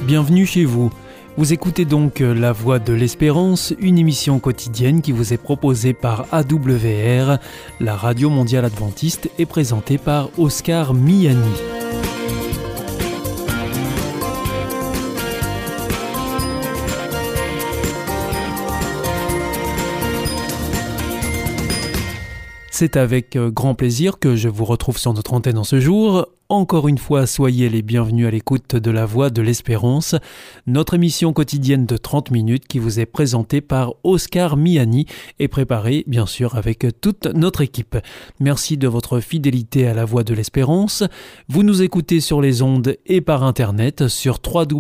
Bienvenue chez vous. Vous écoutez donc La Voix de l'Espérance, une émission quotidienne qui vous est proposée par AWR, la radio mondiale adventiste, et présentée par Oscar Miani. C'est avec grand plaisir que je vous retrouve sur notre antenne en ce jour. Encore une fois, soyez les bienvenus à l'écoute de La Voix de l'Espérance, notre émission quotidienne de 30 minutes qui vous est présentée par Oscar Miani et préparée, bien sûr, avec toute notre équipe. Merci de votre fidélité à La Voix de l'Espérance. Vous nous écoutez sur les ondes et par Internet sur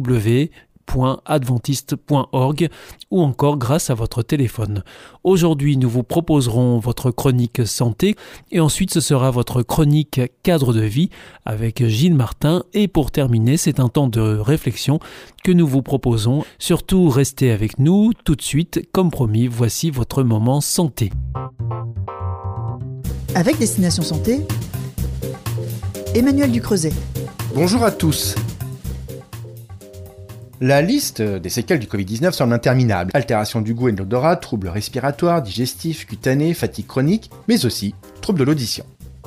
www.adventiste.org ou encore grâce à votre téléphone. Aujourd'hui, nous vous proposerons votre chronique santé et ensuite ce sera votre chronique cadre de vie avec Gilles Martin et pour terminer, c'est un temps de réflexion que nous vous proposons. Surtout, restez avec nous tout de suite. Comme promis, voici votre moment santé. Avec Destination Santé, Emmanuel Ducreuset. Bonjour à tous. La liste des séquelles du Covid-19 semble interminable. Altération du goût et de l'odorat, troubles respiratoires, digestifs, cutanés, fatigue chronique, mais aussi troubles de l'audition.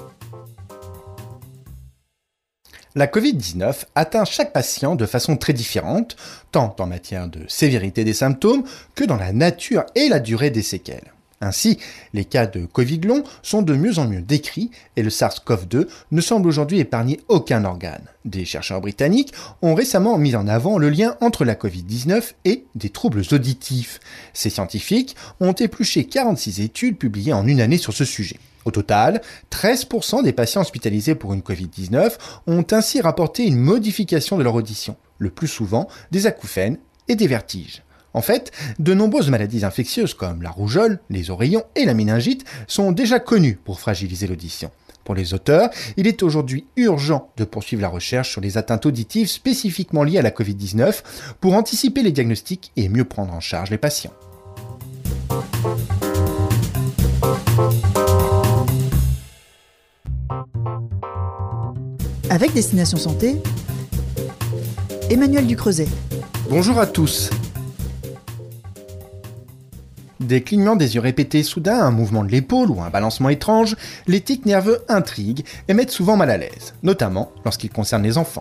La Covid-19 atteint chaque patient de façon très différente, tant en matière de sévérité des symptômes que dans la nature et la durée des séquelles. Ainsi, les cas de Covid long sont de mieux en mieux décrits et le SARS-CoV-2 ne semble aujourd'hui épargner aucun organe. Des chercheurs britanniques ont récemment mis en avant le lien entre la Covid-19 et des troubles auditifs. Ces scientifiques ont épluché 46 études publiées en une année sur ce sujet. Au total, 13% des patients hospitalisés pour une Covid-19 ont ainsi rapporté une modification de leur audition, le plus souvent des acouphènes et des vertiges. En fait, de nombreuses maladies infectieuses comme la rougeole, les oreillons et la méningite sont déjà connues pour fragiliser l'audition. Pour les auteurs, il est aujourd'hui urgent de poursuivre la recherche sur les atteintes auditives spécifiquement liées à la Covid-19 pour anticiper les diagnostics et mieux prendre en charge les patients. Avec Destination Santé, Emmanuel Ducreuset. Bonjour à tous. Des clignements des yeux répétés soudains, un mouvement de l'épaule ou un balancement étrange, les tics nerveux intriguent et mettent souvent mal à l'aise, notamment lorsqu'ils concernent les enfants.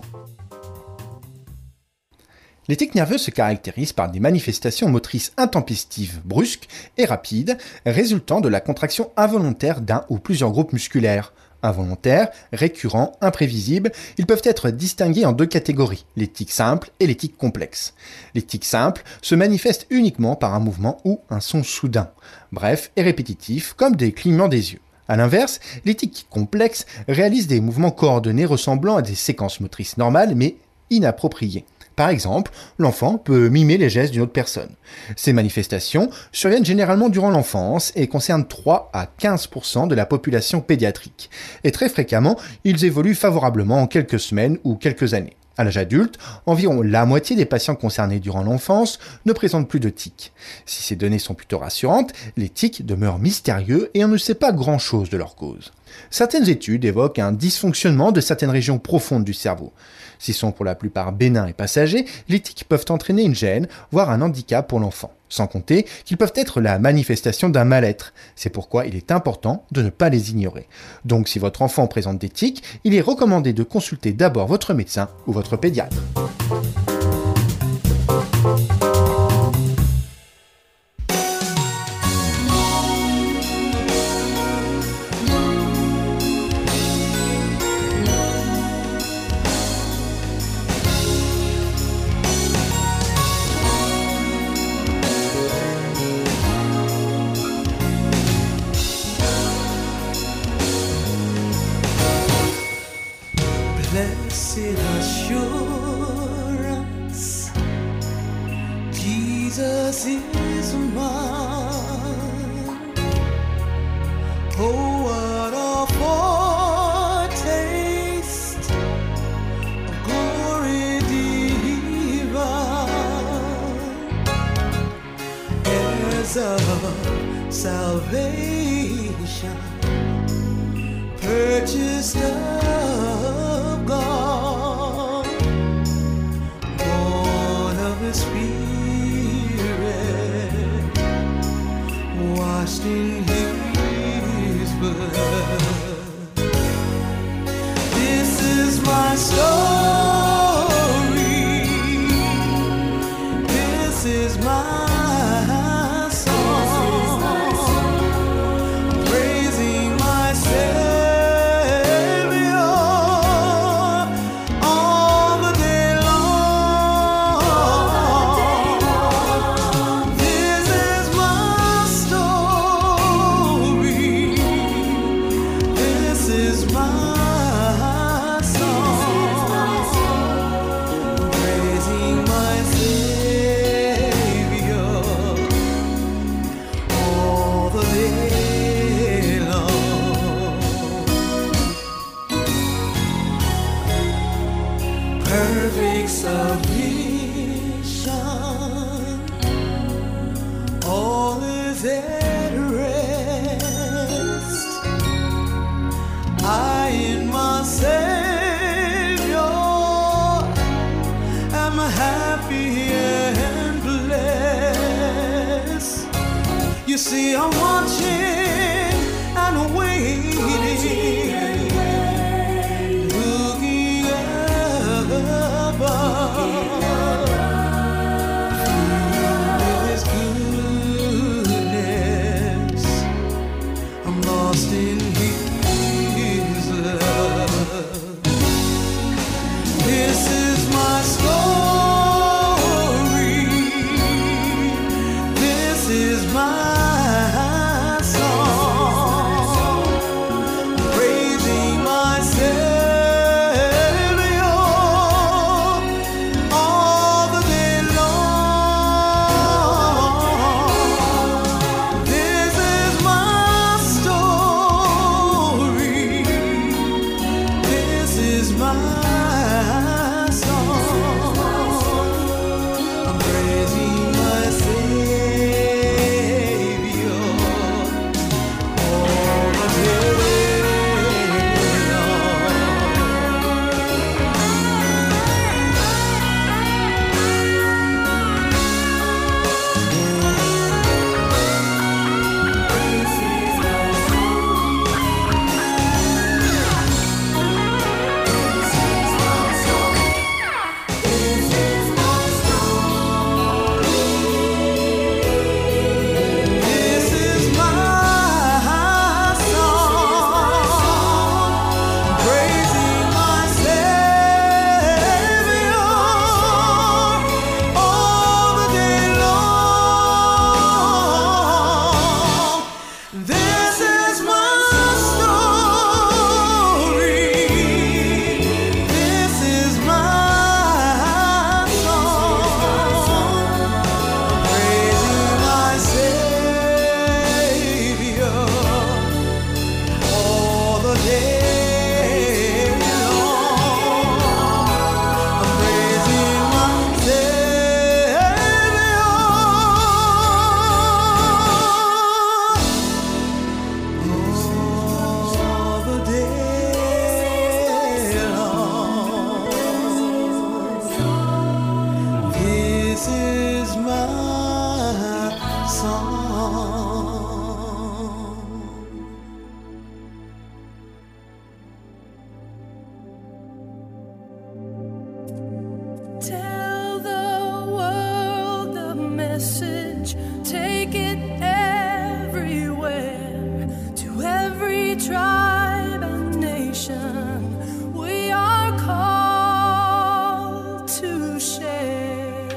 Les tics nerveux se caractérisent par des manifestations motrices intempestives, brusques et rapides, résultant de la contraction involontaire d'un ou plusieurs groupes musculaires. Involontaires, récurrents, imprévisibles, ils peuvent être distingués en deux catégories, les tics simples et les tics complexes. Les tics simples se manifestent uniquement par un mouvement ou un son soudain, bref et répétitif, comme des clignements des yeux. A l'inverse, les tics complexes réalisent des mouvements coordonnés ressemblant à des séquences motrices normales mais inappropriées. Par exemple, l'enfant peut mimer les gestes d'une autre personne. Ces manifestations surviennent généralement durant l'enfance et concernent 3 à 15% de la population pédiatrique. Et très fréquemment, ils évoluent favorablement en quelques semaines ou quelques années. À l'âge adulte, environ la moitié des patients concernés durant l'enfance ne présentent plus de tics. Si ces données sont plutôt rassurantes, les tics demeurent mystérieux et on ne sait pas grand-chose de leur cause. Certaines études évoquent un dysfonctionnement de certaines régions profondes du cerveau. S'ils sont pour la plupart bénins et passagers, les tics peuvent entraîner une gêne, voire un handicap pour l'enfant. Sans compter qu'ils peuvent être la manifestation d'un mal-être. C'est pourquoi il est important de ne pas les ignorer. Donc si votre enfant présente des tics, il est recommandé de consulter d'abord votre médecin ou votre pédiatre. Blessed assurance, Jesus is mine. Oh, what a foretaste of glory divine, heirs of salvation, purchased of God, born my song, praising my Savior all the day long. Perfect submission, all is at rest. I in my Savior am happy and blessed. You see, I'm watching and waiting, looking above, His goodness. I'm lost in His love. This is my story. This is my song, praising my Savior all the day long. This is my story. This is my song. I'm praising my Savior all the day This is my song, praising my Savior all the day long. This is my story. This is my song, praising my Savior all the day long. I'm praising my Savior all the day long. This is my song. Tell the world the message, take it everywhere, to every tribe and nation. We are called to share.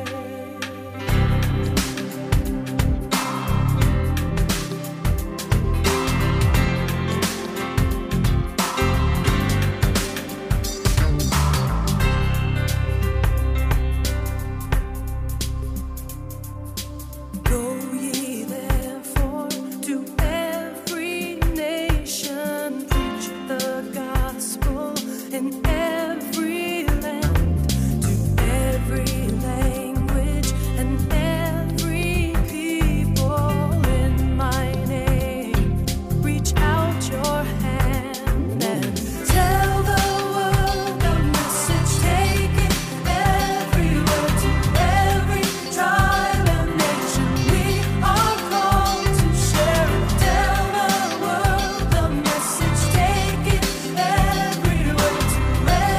Go ye therefore to every nation, preach the gospel in every land, to every language and every people. In my name, reach out your hand and tell the world the message. Take it everywhere, to every tribe and nation. We are called to share it. Tell the world the message. Take it everywhere, to every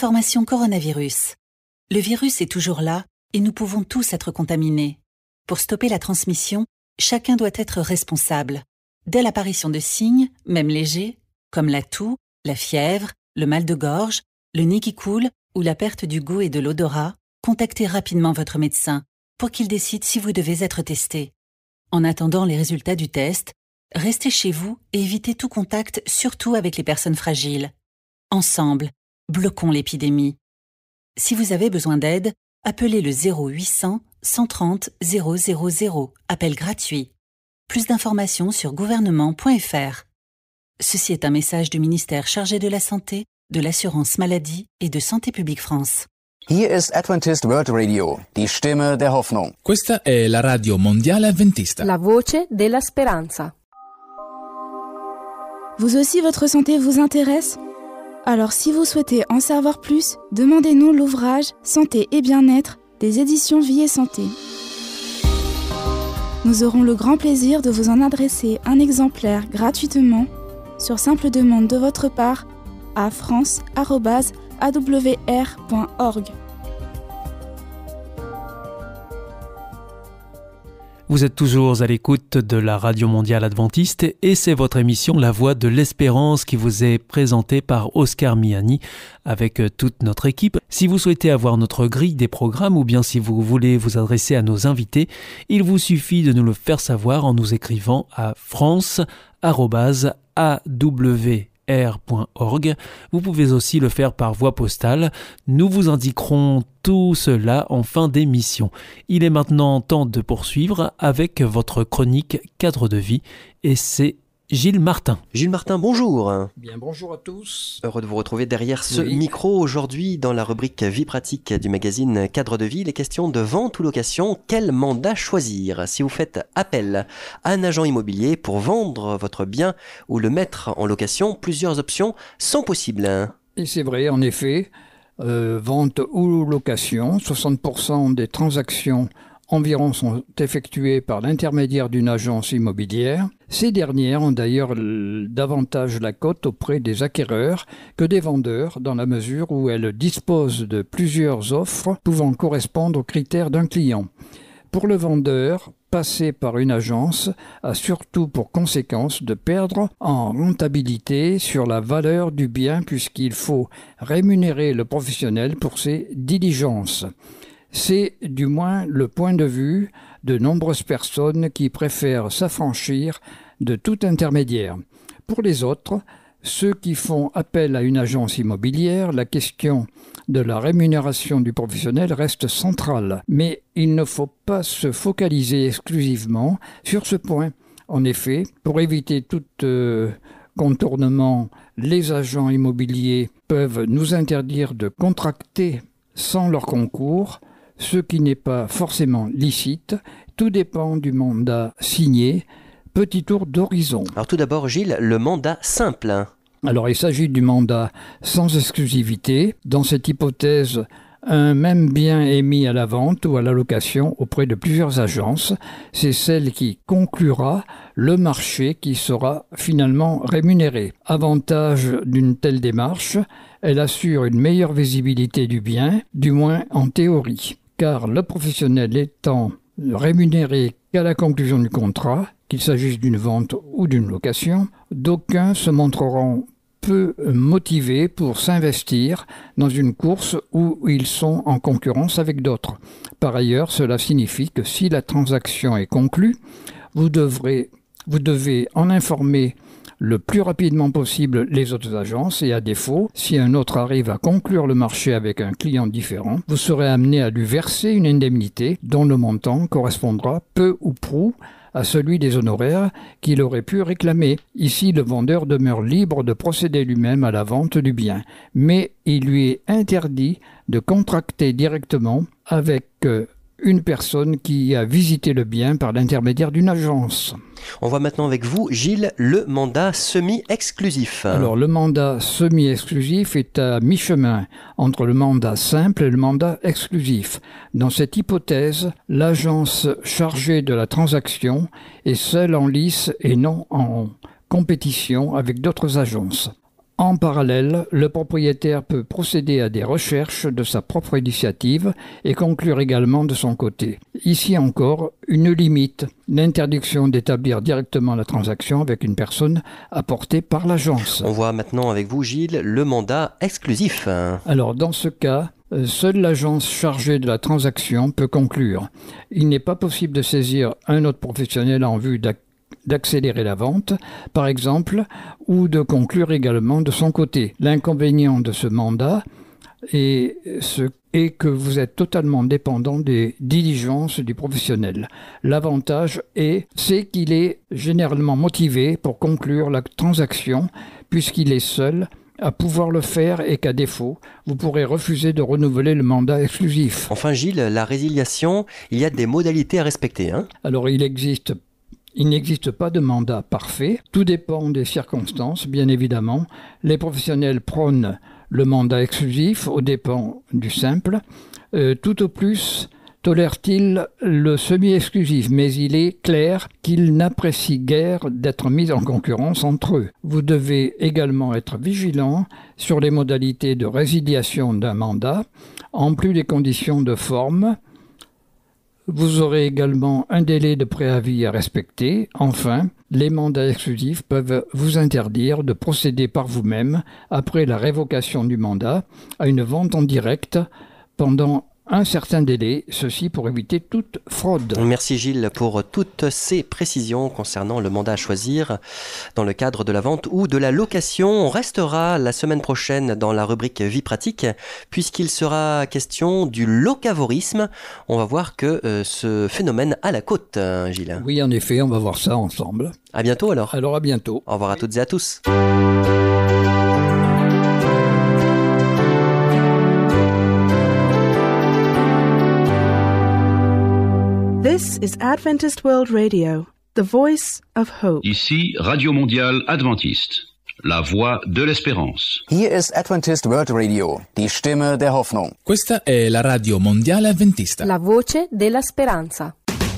Information coronavirus. Le virus est toujours là et nous pouvons tous être contaminés. Pour stopper la transmission, chacun doit être responsable. Dès l'apparition de signes, même légers, comme la toux, la fièvre, le mal de gorge, le nez qui coule ou la perte du goût et de l'odorat, contactez rapidement votre médecin pour qu'il décide si vous devez être testé. En attendant les résultats du test, restez chez vous et évitez tout contact, surtout avec les personnes fragiles. Ensemble, bloquons l'épidémie. Si vous avez besoin d'aide, appelez le 0800 130 000, appel gratuit. Plus d'informations sur gouvernement.fr. Ceci est un message du ministère chargé de la Santé, de l'Assurance Maladie et de Santé publique France. Hier ist Adventist World Radio, die Stimme der Hoffnung. Questa è la radio mondiale adventista. La voce della speranza. Vous aussi, votre santé vous intéresse ? Alors si vous souhaitez en savoir plus, demandez-nous l'ouvrage Santé et bien-être des éditions Vie et Santé. Nous aurons le grand plaisir de vous en adresser un exemplaire gratuitement sur simple demande de votre part à france@awr.org. Vous êtes toujours à l'écoute de la Radio Mondiale Adventiste et c'est votre émission La Voix de l'Espérance qui vous est présentée par Oscar Miani avec toute notre équipe. Si vous souhaitez avoir notre grille des programmes ou bien si vous voulez vous adresser à nos invités, il vous suffit de nous le faire savoir en nous écrivant à france@awr.org. Vous pouvez aussi le faire par voie postale. Nous vous indiquerons tout cela en fin d'émission. Il est maintenant temps de poursuivre avec votre chronique Cadre de vie et c'est Gilles Martin. Gilles Martin, bonjour. Bien, bonjour à tous. Heureux de vous retrouver derrière ce Oui. micro. Aujourd'hui, dans la rubrique Vie pratique du magazine Cadre de vie, les questions de vente ou location. Quel mandat choisir ? Si vous faites appel à un agent immobilier pour vendre votre bien ou le mettre en location, plusieurs options sont possibles. Et c'est vrai, en effet, vente ou location, 60% des transactions environ sont effectuées par l'intermédiaire d'une agence immobilière. Ces dernières ont d'ailleurs davantage la cote auprès des acquéreurs que des vendeurs dans la mesure où elles disposent de plusieurs offres pouvant correspondre aux critères d'un client. Pour le vendeur, passer par une agence a surtout pour conséquence de perdre en rentabilité sur la valeur du bien puisqu'il faut rémunérer le professionnel pour ses diligences. C'est du moins le point de vue de nombreuses personnes qui préfèrent s'affranchir de tout intermédiaire. Pour les autres, ceux qui font appel à une agence immobilière, la question de la rémunération du professionnel reste centrale. Mais il ne faut pas se focaliser exclusivement sur ce point. En effet, pour éviter tout contournement, les agents immobiliers peuvent nous interdire de contracter sans leur concours, ce qui n'est pas forcément licite. Tout dépend du mandat signé. Petit tour d'horizon. Alors tout d'abord, Gilles, le mandat simple. Alors il s'agit du mandat sans exclusivité. Dans cette hypothèse, un même bien est mis à la vente ou à la location auprès de plusieurs agences. C'est celle qui conclura le marché qui sera finalement rémunéré. Avantage d'une telle démarche, elle assure une meilleure visibilité du bien, du moins en théorie. Car le professionnel étant rémunéré qu'à la conclusion du contrat, qu'il s'agisse d'une vente ou d'une location, d'aucuns se montreront peu motivés pour s'investir dans une course où ils sont en concurrence avec d'autres. Par ailleurs, cela signifie que si la transaction est conclue, vous devez en informer le plus rapidement possible les autres agences et à défaut, si un autre arrive à conclure le marché avec un client différent, vous serez amené à lui verser une indemnité dont le montant correspondra peu ou prou à celui des honoraires qu'il aurait pu réclamer. Ici, le vendeur demeure libre de procéder lui-même à la vente du bien, mais il lui est interdit de contracter directement avec une personne qui a visité le bien par l'intermédiaire d'une agence. On voit maintenant avec vous, Gilles, le mandat semi-exclusif. Alors, le mandat semi-exclusif est à mi-chemin entre le mandat simple et le mandat exclusif. Dans cette hypothèse, l'agence chargée de la transaction est seule en lice et non en compétition avec d'autres agences. En parallèle, le propriétaire peut procéder à des recherches de sa propre initiative et conclure également de son côté. Ici encore, une limite, l'interdiction d'établir directement la transaction avec une personne apportée par l'agence. On voit maintenant avec vous, Gilles, le mandat exclusif. Alors, dans ce cas, seule l'agence chargée de la transaction peut conclure. Il n'est pas possible de saisir un autre professionnel en vue d'accélérer la vente, par exemple, ou de conclure également de son côté. L'inconvénient de ce mandat est que vous êtes totalement dépendant des diligences du professionnel. L'avantage c'est qu'il est généralement motivé pour conclure la transaction, puisqu'il est seul à pouvoir le faire et qu'à défaut, vous pourrez refuser de renouveler le mandat exclusif. Enfin Gilles, la résiliation, il y a des modalités à respecter. Alors il n'existe pas de mandat parfait, tout dépend des circonstances, bien évidemment. Les professionnels prônent le mandat exclusif aux dépens du simple. Tout au plus tolère-t-il le semi-exclusif, mais il est clair qu'ils n'apprécient guère d'être mis en concurrence entre eux. Vous devez également être vigilant sur les modalités de résiliation d'un mandat, en plus des conditions de forme. Vous aurez également un délai de préavis à respecter. Enfin, les mandats exclusifs peuvent vous interdire de procéder par vous-même, après la révocation du mandat, à une vente en direct pendant un certain délai, ceci pour éviter toute fraude. Merci Gilles pour toutes ces précisions concernant le mandat à choisir dans le cadre de la vente ou de la location. On restera la semaine prochaine dans la rubrique Vie pratique puisqu'il sera question du locavorisme. On va voir que ce phénomène a la cote, Gilles. Oui, en effet, on va voir ça ensemble. À bientôt alors. Alors à bientôt. Au revoir à toutes et à tous. This is Adventist World Radio, the voice of hope. Ici, Radio Mondiale Adventiste, la voix de l'espérance. Hier ist Adventist World Radio, die Stimme der Hoffnung. Questa è la Radio Mondiale Adventista, la voce della speranza.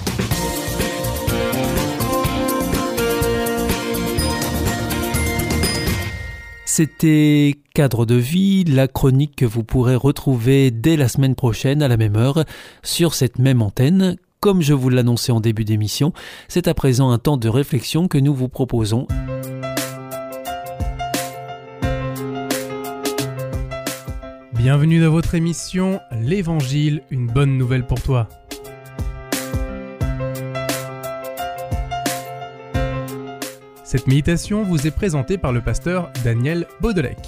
C'était Cadre de vie, la chronique que vous pourrez retrouver dès la semaine prochaine à la même heure sur cette même antenne. Comme je vous l'annonçais en début d'émission, c'est à présent un temps de réflexion que nous vous proposons. Bienvenue dans votre émission L'Évangile, une bonne nouvelle pour toi. Cette méditation vous est présentée par le pasteur Daniel Baudelec.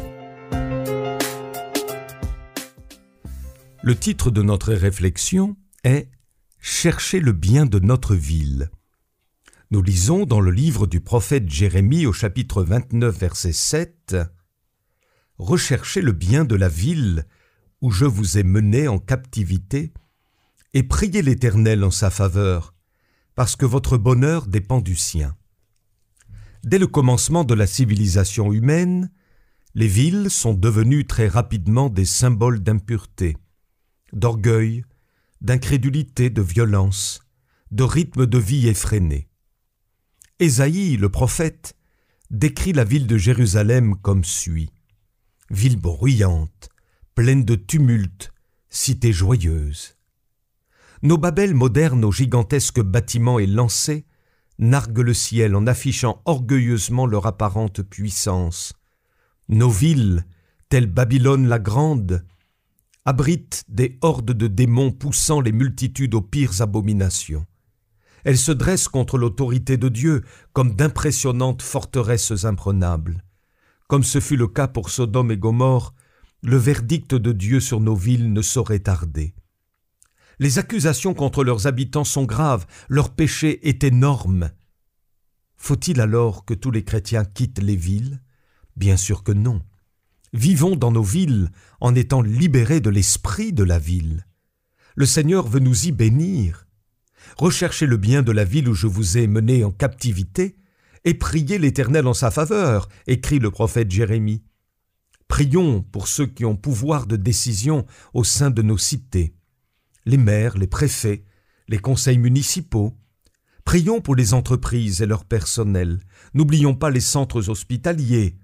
Le titre de notre réflexion est « Chercher le bien de notre ville ». Nous lisons dans le livre du prophète Jérémie au chapitre 29, verset 7 « Recherchez le bien de la ville où je vous ai mené en captivité et priez l'Éternel en sa faveur, parce que votre bonheur dépend du sien. » Dès le commencement de la civilisation humaine, les villes sont devenues très rapidement des symboles d'impureté, d'orgueil, d'incrédulité, de violence, de rythme de vie effréné. Ésaïe, le prophète, décrit la ville de Jérusalem comme suit. Ville bruyante, pleine de tumulte, cité joyeuse. Nos Babel modernes aux gigantesques bâtiments élancés narguent le ciel en affichant orgueilleusement leur apparente puissance. Nos villes, telles Babylone la Grande, abritent des hordes de démons poussant les multitudes aux pires abominations. Elles se dressent contre l'autorité de Dieu comme d'impressionnantes forteresses imprenables. Comme ce fut le cas pour Sodome et Gomorrhe, le verdict de Dieu sur nos villes ne saurait tarder. Les accusations contre leurs habitants sont graves, leur péché est énorme. Faut-il alors que tous les chrétiens quittent les villes ? Bien sûr que non. Vivons dans nos villes en étant libérés de l'esprit de la ville. Le Seigneur veut nous y bénir. Recherchez le bien de la ville où je vous ai mené en captivité et priez l'Éternel en sa faveur, écrit le prophète Jérémie. Prions pour ceux qui ont pouvoir de décision au sein de nos cités. Les maires, les préfets, les conseils municipaux. Prions pour les entreprises et leur personnel. N'oublions pas les centres hospitaliers,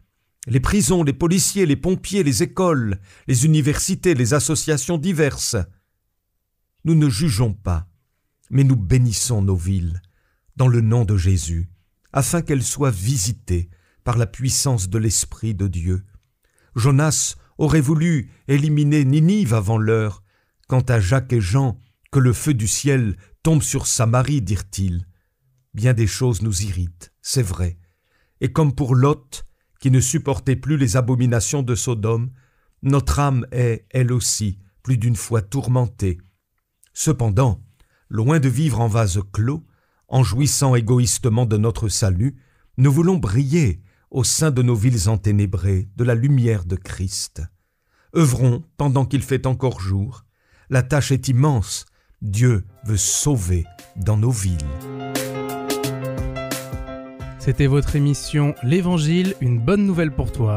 les prisons, les policiers, les pompiers, les écoles, les universités, les associations diverses. Nous ne jugeons pas, mais nous bénissons nos villes, dans le nom de Jésus, afin qu'elles soient visitées par la puissance de l'Esprit de Dieu. Jonas aurait voulu éliminer Ninive avant l'heure. Quant à Jacques et Jean, que le feu du ciel tombe sur Samarie, dirent-ils. Bien des choses nous irritent, c'est vrai. Et comme pour Lot, qui ne supportait plus les abominations de Sodome, notre âme est, elle aussi, plus d'une fois tourmentée. Cependant, loin de vivre en vase clos, en jouissant égoïstement de notre salut, nous voulons briller au sein de nos villes enténébrées de la lumière de Christ. Œuvrons pendant qu'il fait encore jour. La tâche est immense. Dieu veut sauver dans nos villes. C'était votre émission L'Évangile, une bonne nouvelle pour toi.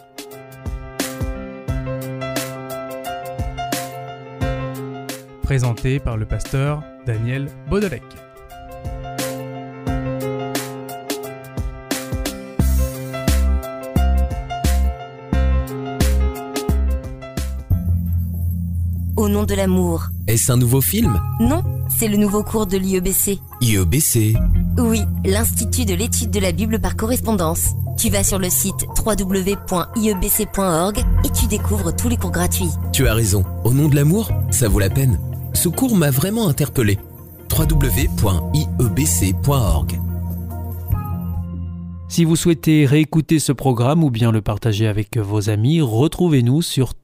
Présentée par le pasteur Daniel Baudelec. Au nom de l'amour. Est-ce un nouveau film? Non, c'est le nouveau cours de l'IEBC. IEBC? Oui, l'Institut de l'étude de la Bible par correspondance. Tu vas sur le site www.iebc.org et tu découvres tous les cours gratuits. Tu as raison, au nom de l'amour, ça vaut la peine. Ce cours m'a vraiment interpellé. www.iebc.org. Si vous souhaitez réécouter ce programme ou bien le partager avec vos amis, retrouvez-nous sur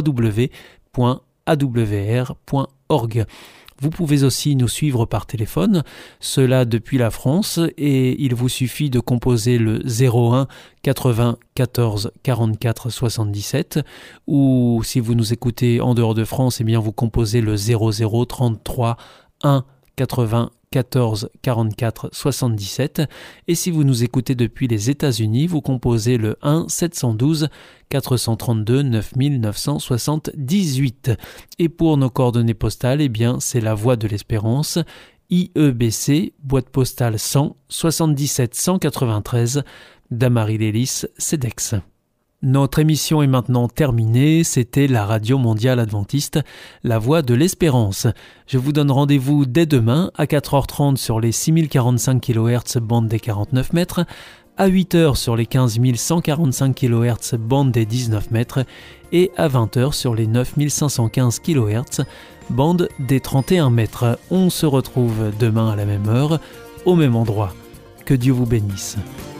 www.awr.org. Vous pouvez aussi nous suivre par téléphone, cela depuis la France, et il vous suffit de composer le 01 80 14 44 77, ou si vous nous écoutez en dehors de France, eh bien vous composez le 00 33 1 80 14 44 77, et si vous nous écoutez depuis les États-Unis, vous composez le 1 712 432 9978. Et pour nos coordonnées postales, eh bien c'est la Voie de l'Espérance, IEBC, boîte postale 100 77 193, Damary-Lélis, CEDEX. Notre émission est maintenant terminée, c'était la Radio Mondiale Adventiste, la Voix de l'Espérance. Je vous donne rendez-vous dès demain à 4h30 sur les 6045 kHz bande des 49 mètres, à 8h sur les 15145 kHz bande des 19 mètres et à 20h sur les 9515 kHz bande des 31 mètres. On se retrouve demain à la même heure, au même endroit. Que Dieu vous bénisse.